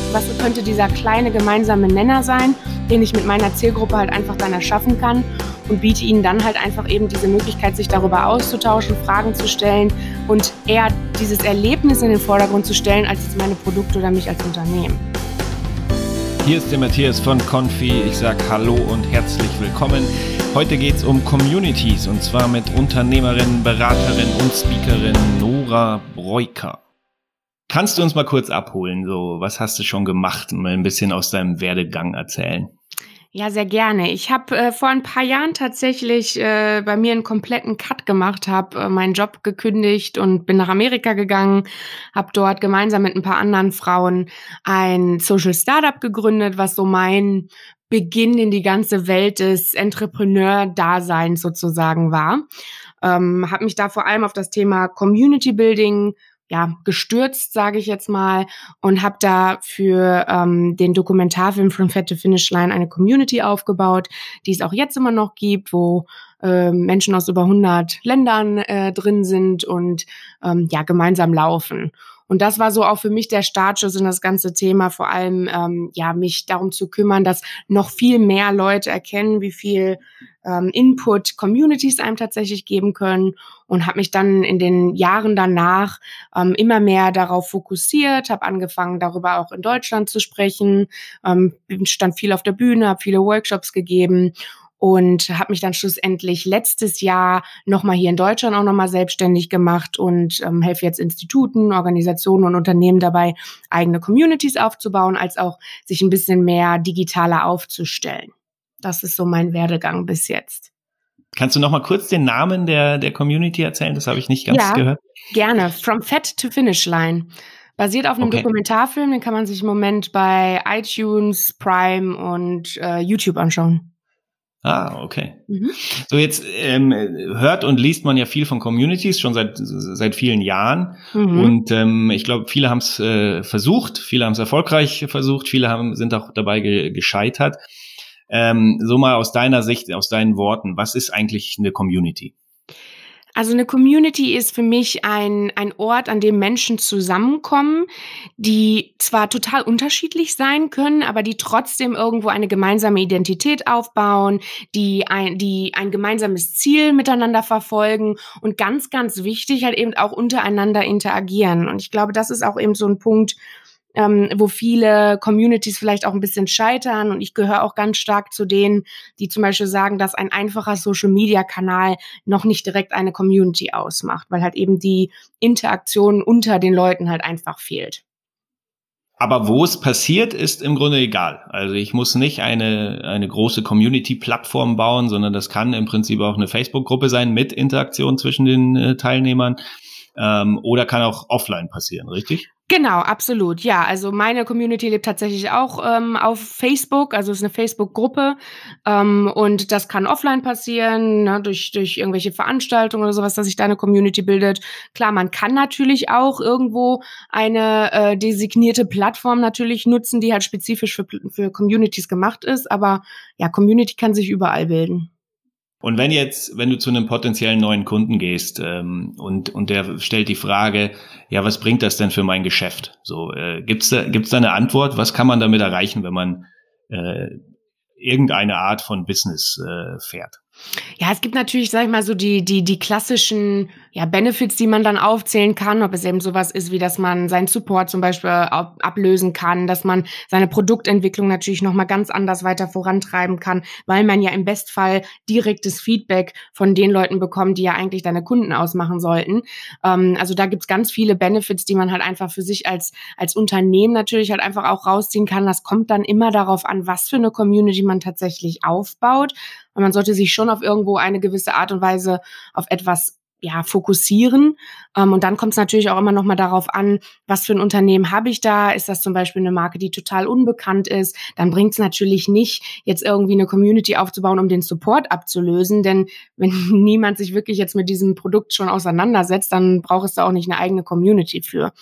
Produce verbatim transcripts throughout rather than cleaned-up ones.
was könnte dieser kleine gemeinsame Nenner sein, den ich mit meiner Zielgruppe halt einfach dann erschaffen kann und biete ihnen dann halt einfach eben diese Möglichkeit, sich darüber auszutauschen, Fragen zu stellen und eher dieses Erlebnis in den Vordergrund zu stellen, als jetzt meine Produkte oder mich als Unternehmen. Hier ist der Matthias von Confi. Ich sage Hallo und herzlich willkommen. Heute geht es um Communities und zwar mit Unternehmerin, Beraterin und Speakerin Nora Breuker. Kannst du uns mal kurz abholen? So, was hast du schon gemacht und mal ein bisschen aus deinem Werdegang erzählen? Ja, sehr gerne. Ich habe äh, vor ein paar Jahren tatsächlich äh, bei mir einen kompletten Cut gemacht, habe äh, meinen Job gekündigt und bin nach Amerika gegangen, habe dort gemeinsam mit ein paar anderen Frauen ein Social Startup gegründet, was so mein Beginn in die ganze Welt des Entrepreneur-Daseins sozusagen war. Ähm, habe mich da vor allem auf das Thema Community Building ja, gestürzt, sage ich jetzt mal, und habe da für ähm, den Dokumentarfilm From Fat to Finish Line eine Community aufgebaut, die es auch jetzt immer noch gibt, wo äh, Menschen aus über hundert Ländern äh, drin sind und ähm, ja gemeinsam laufen. Und das war so auch für mich der Startschuss in das ganze Thema, vor allem ähm, ja mich darum zu kümmern, dass noch viel mehr Leute erkennen, wie viel ähm, Input Communities einem tatsächlich geben können, und habe mich dann in den Jahren danach ähm, immer mehr darauf fokussiert, habe angefangen, darüber auch in Deutschland zu sprechen, ähm, stand viel auf der Bühne, habe viele Workshops gegeben und habe mich dann schlussendlich letztes Jahr nochmal hier in Deutschland auch nochmal selbstständig gemacht und ähm, helfe jetzt Instituten, Organisationen und Unternehmen dabei, eigene Communities aufzubauen, als auch sich ein bisschen mehr digitaler aufzustellen. Das ist so mein Werdegang bis jetzt. Kannst du noch mal kurz den Namen der, der Community erzählen? Das habe ich nicht ganz ja, gehört. Gerne. From Fat to Finish Line. Basiert auf einem Okay. Dokumentarfilm, den kann man sich im Moment bei iTunes, Prime und äh, YouTube anschauen. Ah, okay. Mhm. So, jetzt ähm, hört und liest man ja viel von Communities, schon seit seit vielen Jahren. Mhm. Und ähm, ich glaube, viele haben es äh, versucht, viele haben es erfolgreich versucht, viele haben sind auch dabei ge- gescheitert. Ähm, so mal aus deiner Sicht, aus deinen Worten, was ist eigentlich eine Community? Also eine Community ist für mich ein ein Ort, an dem Menschen zusammenkommen, die zwar total unterschiedlich sein können, aber die trotzdem irgendwo eine gemeinsame Identität aufbauen, die ein die ein gemeinsames Ziel miteinander verfolgen und ganz, ganz wichtig halt eben auch untereinander interagieren. Und ich glaube, das ist auch eben so ein Punkt, ähm, wo viele Communities vielleicht auch ein bisschen scheitern. Und ich gehöre auch ganz stark zu denen, die zum Beispiel sagen, dass ein einfacher Social-Media-Kanal noch nicht direkt eine Community ausmacht, weil halt eben die Interaktion unter den Leuten halt einfach fehlt. Aber wo es passiert, ist im Grunde egal. Also ich muss nicht eine eine große Community-Plattform bauen, sondern das kann im Prinzip auch eine Facebook-Gruppe sein mit Interaktion zwischen den äh, Teilnehmern, ähm, oder kann auch offline passieren, richtig? Genau, absolut. Ja, also meine Community lebt tatsächlich auch ähm, auf Facebook, also es ist eine Facebook-Gruppe, ähm, und das kann offline passieren, ne, durch durch irgendwelche Veranstaltungen oder sowas, dass sich da eine Community bildet. Klar, man kann natürlich auch irgendwo eine äh, designierte Plattform natürlich nutzen, die halt spezifisch für für Communities gemacht ist, aber ja, Community kann sich überall bilden. Und wenn jetzt, wenn du zu einem potenziellen neuen Kunden gehst ähm, und und der stellt die Frage, ja, was bringt das denn für mein Geschäft? So, äh, gibt's da gibt's da eine Antwort? Was kann man damit erreichen, wenn man äh, irgendeine Art von Business äh, fährt? Ja, es gibt natürlich, sag ich mal, so die die die klassischen ja Benefits, die man dann aufzählen kann, ob es eben sowas ist, wie dass man seinen Support zum Beispiel ab, ablösen kann, dass man seine Produktentwicklung natürlich nochmal ganz anders weiter vorantreiben kann, weil man ja im Bestfall direktes Feedback von den Leuten bekommt, die ja eigentlich deine Kunden ausmachen sollten. Ähm, also da gibt's ganz viele Benefits, die man halt einfach für sich als als Unternehmen natürlich halt einfach auch rausziehen kann. Das kommt dann immer darauf an, was für eine Community man tatsächlich aufbaut. Und man sollte sich schon auf irgendwo eine gewisse Art und Weise auf etwas ja fokussieren. Ähm, und dann kommt es natürlich auch immer noch mal darauf an, was für ein Unternehmen habe ich da? Ist das zum Beispiel eine Marke, die total unbekannt ist? Dann bringt es natürlich nicht, jetzt irgendwie eine Community aufzubauen, um den Support abzulösen. Denn wenn niemand sich wirklich jetzt mit diesem Produkt schon auseinandersetzt, dann braucht es da auch nicht eine eigene Community für.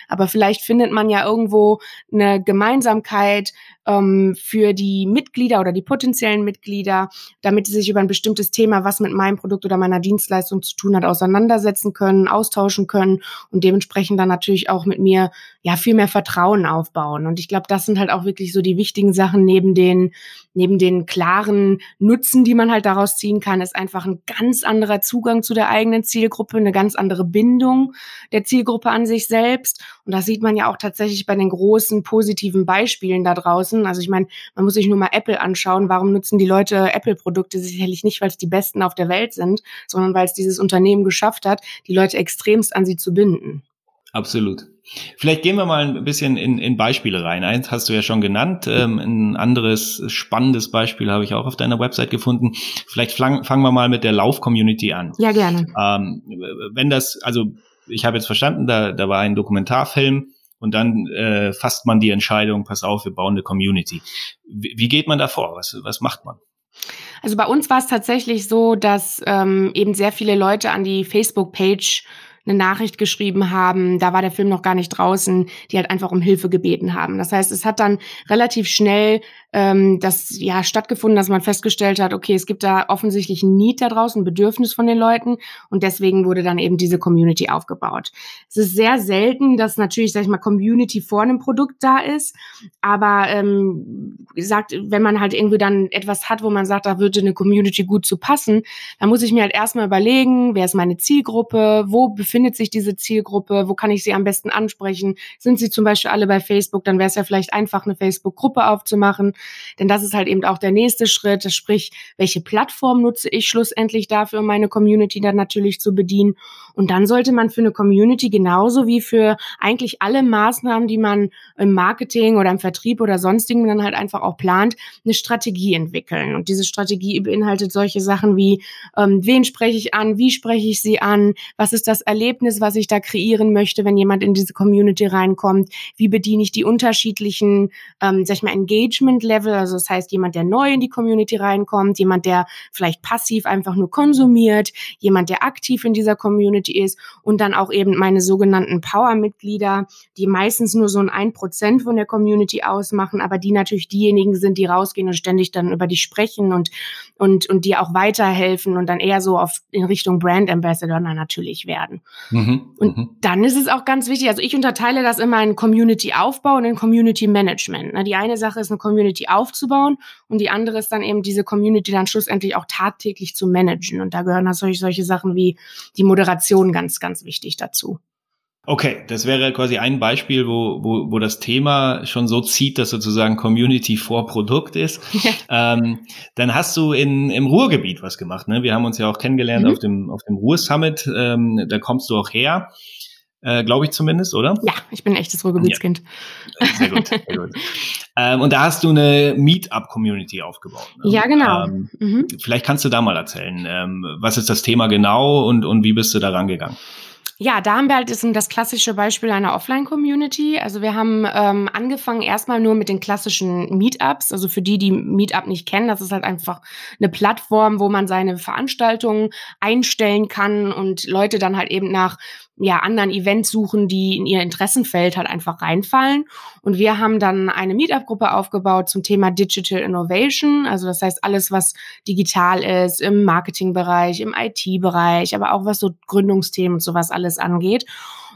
aber vielleicht findet man ja irgendwo eine Gemeinsamkeit ähm, für die Mitglieder oder die potenziellen Mitglieder, damit sie sich über ein bestimmtes Thema, was mit meinem Produkt oder meiner Dienstleistung zu tun hat, auseinandersetzen können, austauschen können und dementsprechend dann natürlich auch mit mir ja viel mehr Vertrauen aufbauen. Und ich glaube, das sind halt auch wirklich so die wichtigen Sachen neben den neben den klaren Nutzen, die man halt daraus ziehen kann, ist einfach ein ganz anderer Zugang zu der eigenen Zielgruppe, eine ganz andere Bindung der Zielgruppe an sich selbst. Und das sieht man ja auch tatsächlich bei den großen positiven Beispielen da draußen. Also ich meine, man muss sich nur mal Apple anschauen. Warum nutzen die Leute Apple-Produkte? Sicherlich nicht, weil es die besten auf der Welt sind, sondern weil es dieses Unternehmen geschafft hat, die Leute extremst an sie zu binden. Absolut. Vielleicht gehen wir mal ein bisschen in, in Beispiele rein. Eins hast du ja schon genannt. Ähm, ein anderes spannendes Beispiel habe ich auch auf deiner Website gefunden. Vielleicht flang, fangen wir mal mit der Lauf-Community an. Ja, gerne. Ähm, wenn das, also ich habe jetzt verstanden, da, da war ein Dokumentarfilm und dann äh, fasst man die Entscheidung, pass auf, wir bauen eine Community. Wie, wie geht man da vor? Was, was macht man? Also bei uns war es tatsächlich so, dass ähm, eben sehr viele Leute an die Facebook-Page eine Nachricht geschrieben haben, da war der Film noch gar nicht draußen, die halt einfach um Hilfe gebeten haben. Das heißt, es hat dann relativ schnell ähm, das ja stattgefunden, dass man festgestellt hat, okay, es gibt da offensichtlich ein Need da draußen, ein Bedürfnis von den Leuten und deswegen wurde dann eben diese Community aufgebaut. Es ist sehr selten, dass natürlich, sag ich mal, Community vor einem Produkt da ist, aber ähm, sagt, wenn man halt irgendwie dann etwas hat, wo man sagt, da würde eine Community gut zu passen, dann muss ich mir halt erstmal überlegen, wer ist meine Zielgruppe, wo befindet findet sich diese Zielgruppe, wo kann ich sie am besten ansprechen? Sind sie zum Beispiel alle bei Facebook? Dann wäre es ja vielleicht einfach, eine Facebook-Gruppe aufzumachen, denn das ist halt eben auch der nächste Schritt, sprich, welche Plattform nutze ich schlussendlich dafür, um meine Community dann natürlich zu bedienen? Und dann sollte man für eine Community genauso wie für eigentlich alle Maßnahmen, die man im Marketing oder im Vertrieb oder sonstigen dann halt einfach auch plant, eine Strategie entwickeln. Und diese Strategie beinhaltet solche Sachen wie, ähm, wen spreche ich an, wie spreche ich sie an, was ist das Erlebnis, was ich da kreieren möchte, wenn jemand in diese Community reinkommt, wie bediene ich die unterschiedlichen, ähm, sag ich mal, Engagement-Level, also das heißt, jemand, der neu in die Community reinkommt, jemand, der vielleicht passiv einfach nur konsumiert, jemand, der aktiv in dieser Community ist und dann auch eben meine sogenannten Power-Mitglieder, die meistens nur so ein ein Prozent von der Community ausmachen, aber die natürlich diejenigen sind, die rausgehen und ständig dann über die sprechen und und und die auch weiterhelfen und dann eher so auf in Richtung Brand Ambassador dann natürlich werden. Mhm, und mhm. Dann ist es auch ganz wichtig, also ich unterteile das immer in Community-Aufbau und in Community-Management. Die eine Sache ist, eine Community aufzubauen und die andere ist dann eben, diese Community dann schlussendlich auch tagtäglich zu managen. Und da gehören natürlich solche Sachen wie die Moderation ganz, ganz wichtig dazu. Okay, das wäre quasi ein Beispiel, wo, wo, wo das Thema schon so zieht, dass sozusagen Community vor Produkt ist. Ja. Ähm, dann hast du in, im Ruhrgebiet was gemacht, ne? Wir haben uns ja auch kennengelernt mhm. auf dem, auf dem Ruhr-Summit. Ähm, da kommst du auch her, äh, glaube ich zumindest, oder? Ja, ich bin ein echtes Ruhrgebietskind. Ja. Sehr gut, sehr gut. Ähm, und da hast du eine Meetup-Community aufgebaut. Ne? Ja, genau. Ähm, mhm. Vielleicht kannst du da mal erzählen, ähm, was ist das Thema genau und, und wie bist du da rangegangen? Ja, da haben wir halt das klassische Beispiel einer Offline-Community. Also wir haben ähm, angefangen erstmal nur mit den klassischen Meetups. Also für die, die Meetup nicht kennen, das ist halt einfach eine Plattform, wo man seine Veranstaltungen einstellen kann und Leute dann halt eben nach ja anderen Events suchen, die in ihr Interessenfeld halt einfach reinfallen. Und wir haben dann eine Meetup-Gruppe aufgebaut zum Thema Digital Innovation. Also das heißt alles, was digital ist, im Marketingbereich, im I T-Bereich, aber auch was so Gründungsthemen und sowas alles angeht.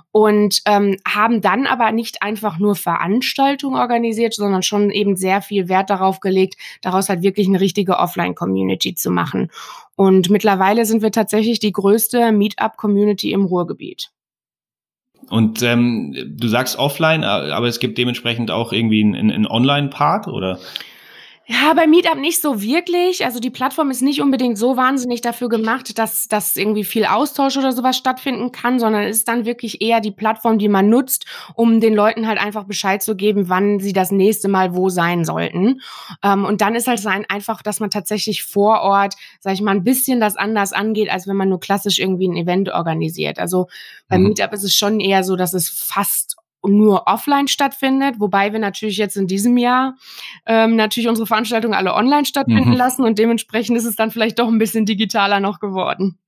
Und ähm, haben dann aber nicht einfach nur Veranstaltungen organisiert, sondern schon eben sehr viel Wert darauf gelegt, daraus halt wirklich eine richtige Offline-Community zu machen. Und mittlerweile sind wir tatsächlich die größte Meetup-Community im Ruhrgebiet. Und ähm, du sagst offline, aber es gibt dementsprechend auch irgendwie einen, einen Online-Part, oder? Ja, bei Meetup nicht so wirklich. Also die Plattform ist nicht unbedingt so wahnsinnig dafür gemacht, dass dass irgendwie viel Austausch oder sowas stattfinden kann, sondern es ist dann wirklich eher die Plattform, die man nutzt, um den Leuten halt einfach Bescheid zu geben, wann sie das nächste Mal wo sein sollten. Ähm, und dann ist halt einfach, dass man tatsächlich vor Ort, sag ich mal, ein bisschen das anders angeht, als wenn man nur klassisch irgendwie ein Event organisiert. Also beim mhm. Meetup ist es schon eher so, dass es fast nur offline stattfindet, wobei wir natürlich jetzt in diesem Jahr ähm, natürlich unsere Veranstaltungen alle online stattfinden mhm. lassen und dementsprechend ist es dann vielleicht doch ein bisschen digitaler noch geworden.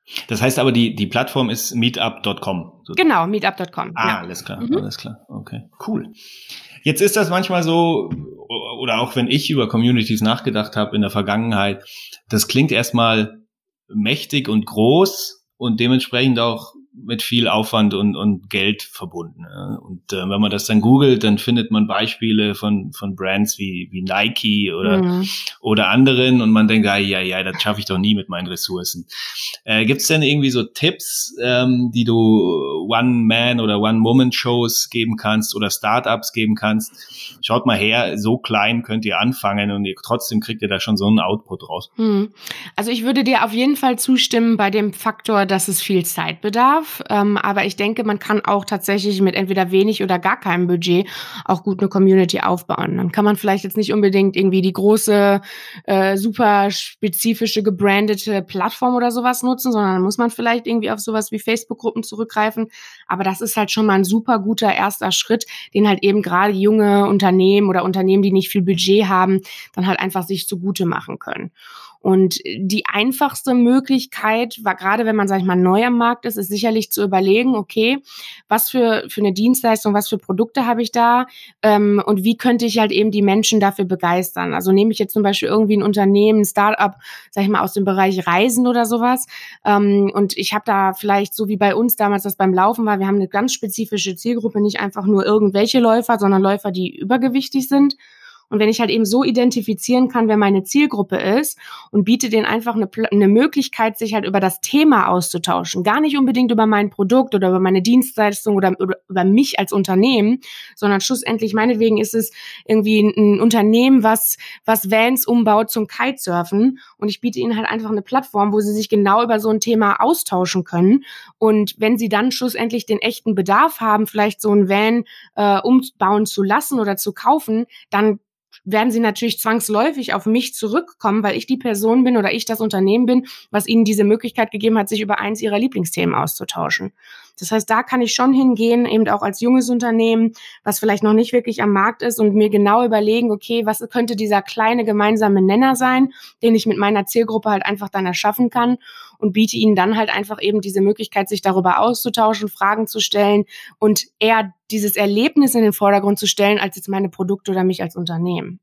Das heißt aber, die, die Plattform ist meetup Punkt com. Genau, meetup Punkt com. Ah, ja. alles klar, Mhm. alles klar. Okay, cool. Jetzt ist das manchmal so, oder auch wenn ich über Communities nachgedacht habe in der Vergangenheit, das klingt erstmal mächtig und groß und dementsprechend auch mit viel Aufwand und, und Geld verbunden. Ja. Und äh, wenn man das dann googelt, dann findet man Beispiele von von Brands wie wie Nike oder Mhm. oder anderen und man denkt, ah, ja, ja, das schaffe ich doch nie mit meinen Ressourcen. Äh, gibt's denn irgendwie so Tipps, ähm, die du One-Man- oder One-Woman-Shows geben kannst oder Startups geben kannst? Schaut mal her, so klein könnt ihr anfangen und ihr, trotzdem kriegt ihr da schon so einen Output raus. Hm. Also ich würde dir auf jeden Fall zustimmen bei dem Faktor, dass es viel Zeit bedarf. Ähm, aber ich denke, man kann auch tatsächlich mit entweder wenig oder gar keinem Budget auch gut eine Community aufbauen. Dann kann man vielleicht jetzt nicht unbedingt irgendwie die große, äh, super spezifische, gebrandete Plattform oder sowas nutzen, sondern dann muss man vielleicht irgendwie auf sowas wie Facebook-Gruppen zurückgreifen. Aber das ist halt schon mal ein super guter erster Schritt, den halt eben gerade junge Unternehmen oder Unternehmen, die nicht viel Budget haben, dann halt einfach sich zugute machen können. Und die einfachste Möglichkeit war, gerade wenn man, sag ich mal, neu am Markt ist, ist sicherlich zu überlegen, okay, was für für eine Dienstleistung, was für Produkte habe ich da ähm, und wie könnte ich halt eben die Menschen dafür begeistern. Also nehme ich jetzt zum Beispiel irgendwie ein Unternehmen, ein Startup, sag ich mal, aus dem Bereich Reisen oder sowas ähm, und ich habe da vielleicht, so wie bei uns damals das beim Laufen war, wir haben eine ganz spezifische Zielgruppe, nicht einfach nur irgendwelche Läufer, sondern Läufer, die übergewichtig sind. Und wenn ich halt eben so identifizieren kann, wer meine Zielgruppe ist und biete denen einfach eine, eine Möglichkeit, sich halt über das Thema auszutauschen, gar nicht unbedingt über mein Produkt oder über meine Dienstleistung oder über, über mich als Unternehmen, sondern schlussendlich meinetwegen ist es irgendwie ein, ein Unternehmen, was, was Vans umbaut zum Kitesurfen und ich biete ihnen halt einfach eine Plattform, wo sie sich genau über so ein Thema austauschen können und wenn sie dann schlussendlich den echten Bedarf haben, vielleicht so ein Van äh, umbauen zu lassen oder zu kaufen, dann werden sie natürlich zwangsläufig auf mich zurückkommen, weil ich die Person bin oder ich das Unternehmen bin, was ihnen diese Möglichkeit gegeben hat, sich über eins ihrer Lieblingsthemen auszutauschen. Das heißt, da kann ich schon hingehen, eben auch als junges Unternehmen, was vielleicht noch nicht wirklich am Markt ist und mir genau überlegen, okay, was könnte dieser kleine gemeinsame Nenner sein, den ich mit meiner Zielgruppe halt einfach dann erschaffen kann und biete ihnen dann halt einfach eben diese Möglichkeit, sich darüber auszutauschen, Fragen zu stellen und eher dieses Erlebnis in den Vordergrund zu stellen, als jetzt meine Produkte oder mich als Unternehmen.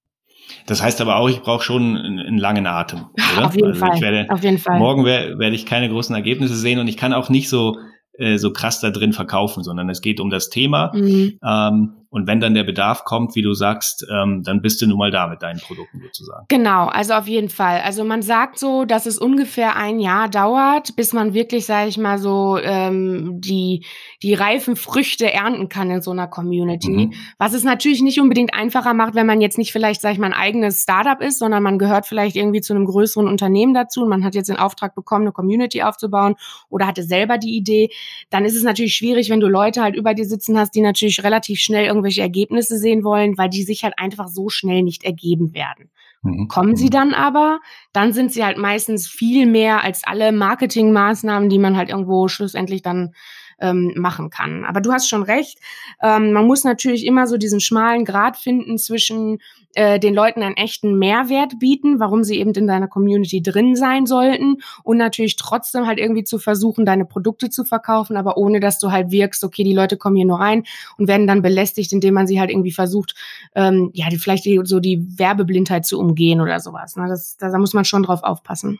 Das heißt aber auch, ich brauche schon einen, einen langen Atem, oder? Auf jeden also Fall. Ich werde, Auf jeden Fall. Morgen werde, werde ich keine großen Ergebnisse sehen und ich kann auch nicht so äh, so krass da drin verkaufen, sondern es geht um das Thema. Mhm. Ähm, und wenn dann der Bedarf kommt, wie du sagst, ähm, dann bist du nun mal da mit deinen Produkten sozusagen. Genau, also auf jeden Fall. Also man sagt so, dass es ungefähr ein Jahr dauert, bis man wirklich, sage ich mal so, ähm, die die reifen Früchte ernten kann in so einer Community. Mhm. Was es natürlich nicht unbedingt einfacher macht, wenn man jetzt nicht vielleicht, sage ich mal, ein eigenes Startup ist, sondern man gehört vielleicht irgendwie zu einem größeren Unternehmen dazu und man hat jetzt den Auftrag bekommen, eine Community aufzubauen oder hatte selber die Idee. Dann ist es natürlich schwierig, wenn du Leute halt über dir sitzen hast, die natürlich relativ schnell irgendwelche Ergebnisse sehen wollen, weil die sich halt einfach so schnell nicht ergeben werden. Mhm. Kommen sie dann aber, dann sind sie halt meistens viel mehr als alle Marketingmaßnahmen, die man halt irgendwo schlussendlich dann ähm, machen kann. Aber du hast schon recht, ähm, man muss natürlich immer so diesen schmalen Grat finden zwischen äh, den Leuten einen echten Mehrwert bieten, warum sie eben in deiner Community drin sein sollten und natürlich trotzdem halt irgendwie zu versuchen, deine Produkte zu verkaufen, aber ohne, dass du halt wirkst, okay, die Leute kommen hier nur rein und werden dann belästigt, indem man sie halt irgendwie versucht, ähm, ja, die, vielleicht die, so die Werbeblindheit zu umgehen oder sowas. Ne? Das, da, da muss man schon drauf aufpassen.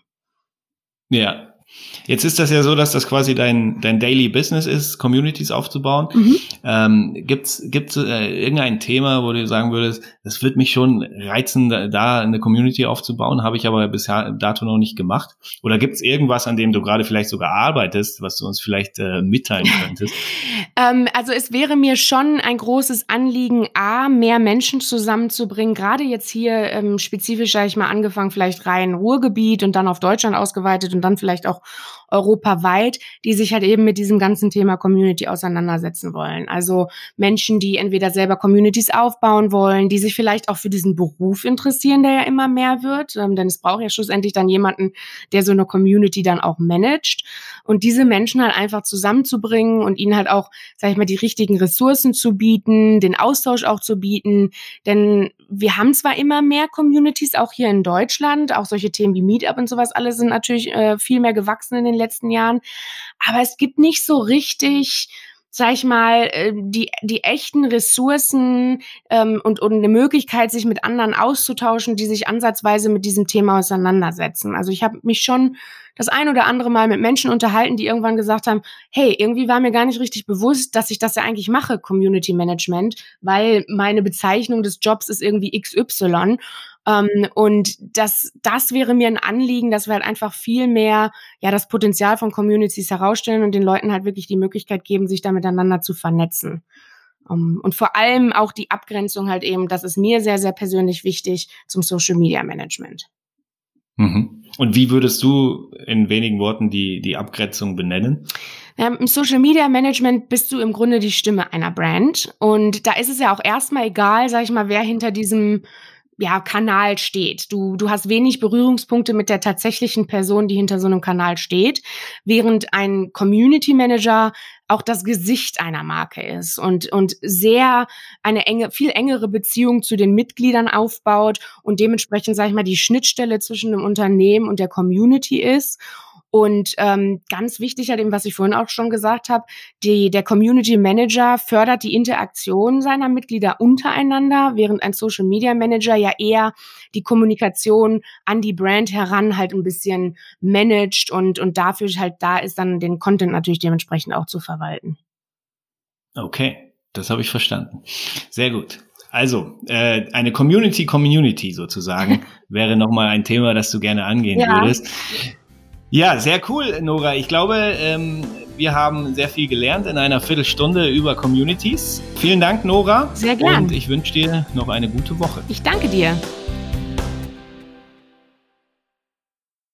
Ja. Jetzt ist das ja so, dass das quasi dein dein Daily Business ist, Communities aufzubauen. Mhm. Ähm, gibt's gibt's äh, irgendein Thema, wo du sagen würdest, das wird mich schon reizen, da, da eine Community aufzubauen, habe ich aber bisher dato noch nicht gemacht? Oder gibt's irgendwas, an dem du gerade vielleicht sogar arbeitest, was du uns vielleicht äh, mitteilen könntest? ähm, also es wäre mir schon ein großes Anliegen, A, mehr Menschen zusammenzubringen, gerade jetzt hier ähm, spezifisch, sag ich mal, angefangen vielleicht rein Ruhrgebiet und dann auf Deutschland ausgeweitet und dann vielleicht auch europaweit, die sich halt eben mit diesem ganzen Thema Community auseinandersetzen wollen. Also Menschen, die entweder selber Communities aufbauen wollen, die sich vielleicht auch für diesen Beruf interessieren, der ja immer mehr wird, ähm, denn es braucht ja schlussendlich dann jemanden, der so eine Community dann auch managt. Und diese Menschen halt einfach zusammenzubringen und ihnen halt auch, sag ich mal, die richtigen Ressourcen zu bieten, den Austausch auch zu bieten. Denn wir haben zwar immer mehr Communities, auch hier in Deutschland, auch solche Themen wie Meetup und sowas, alle sind natürlich äh, viel mehr gewachsen in den letzten Jahren, aber es gibt nicht so richtig, sag ich mal, die die echten Ressourcen ähm, und, und eine Möglichkeit, sich mit anderen auszutauschen, die sich ansatzweise mit diesem Thema auseinandersetzen. Also ich habe mich schon das ein oder andere Mal mit Menschen unterhalten, die irgendwann gesagt haben, hey, irgendwie war mir gar nicht richtig bewusst, dass ich das ja eigentlich mache, Community Management, weil meine Bezeichnung des Jobs ist irgendwie X Y. Um, und das, das wäre mir ein Anliegen, dass wir halt einfach viel mehr, ja, das Potenzial von Communities herausstellen und den Leuten halt wirklich die Möglichkeit geben, sich da miteinander zu vernetzen. Um, und vor allem auch die Abgrenzung halt eben, das ist mir sehr, sehr persönlich wichtig zum Social Media Management. Mhm. Und wie würdest du in wenigen Worten die, die Abgrenzung benennen? Ja, im Social Media Management bist du im Grunde die Stimme einer Brand. Und da ist es ja auch erstmal egal, sag ich mal, wer hinter diesem ja, Kanal steht. Du, du hast wenig Berührungspunkte mit der tatsächlichen Person, die hinter so einem Kanal steht, während ein Community Manager auch das Gesicht einer Marke ist und, und sehr eine enge, viel engere Beziehung zu den Mitgliedern aufbaut und dementsprechend, sag ich mal, die Schnittstelle zwischen dem Unternehmen und der Community ist. Und ähm, ganz wichtig, halt eben, was ich vorhin auch schon gesagt habe, die, der Community Manager fördert die Interaktion seiner Mitglieder untereinander, während ein Social Media Manager ja eher die Kommunikation an die Brand heran halt ein bisschen managt und, und dafür halt da ist, dann den Content natürlich dementsprechend auch zu verwalten. Okay, das habe ich verstanden. Sehr gut. Also, äh, eine Community-Community sozusagen wäre nochmal ein Thema, das du gerne angehen ja. würdest. Ja, sehr cool, Nora. Ich glaube, ähm, wir haben sehr viel gelernt in einer Viertelstunde über Communities. Vielen Dank, Nora. Sehr gern. Und ich wünsche dir noch eine gute Woche. Ich danke dir.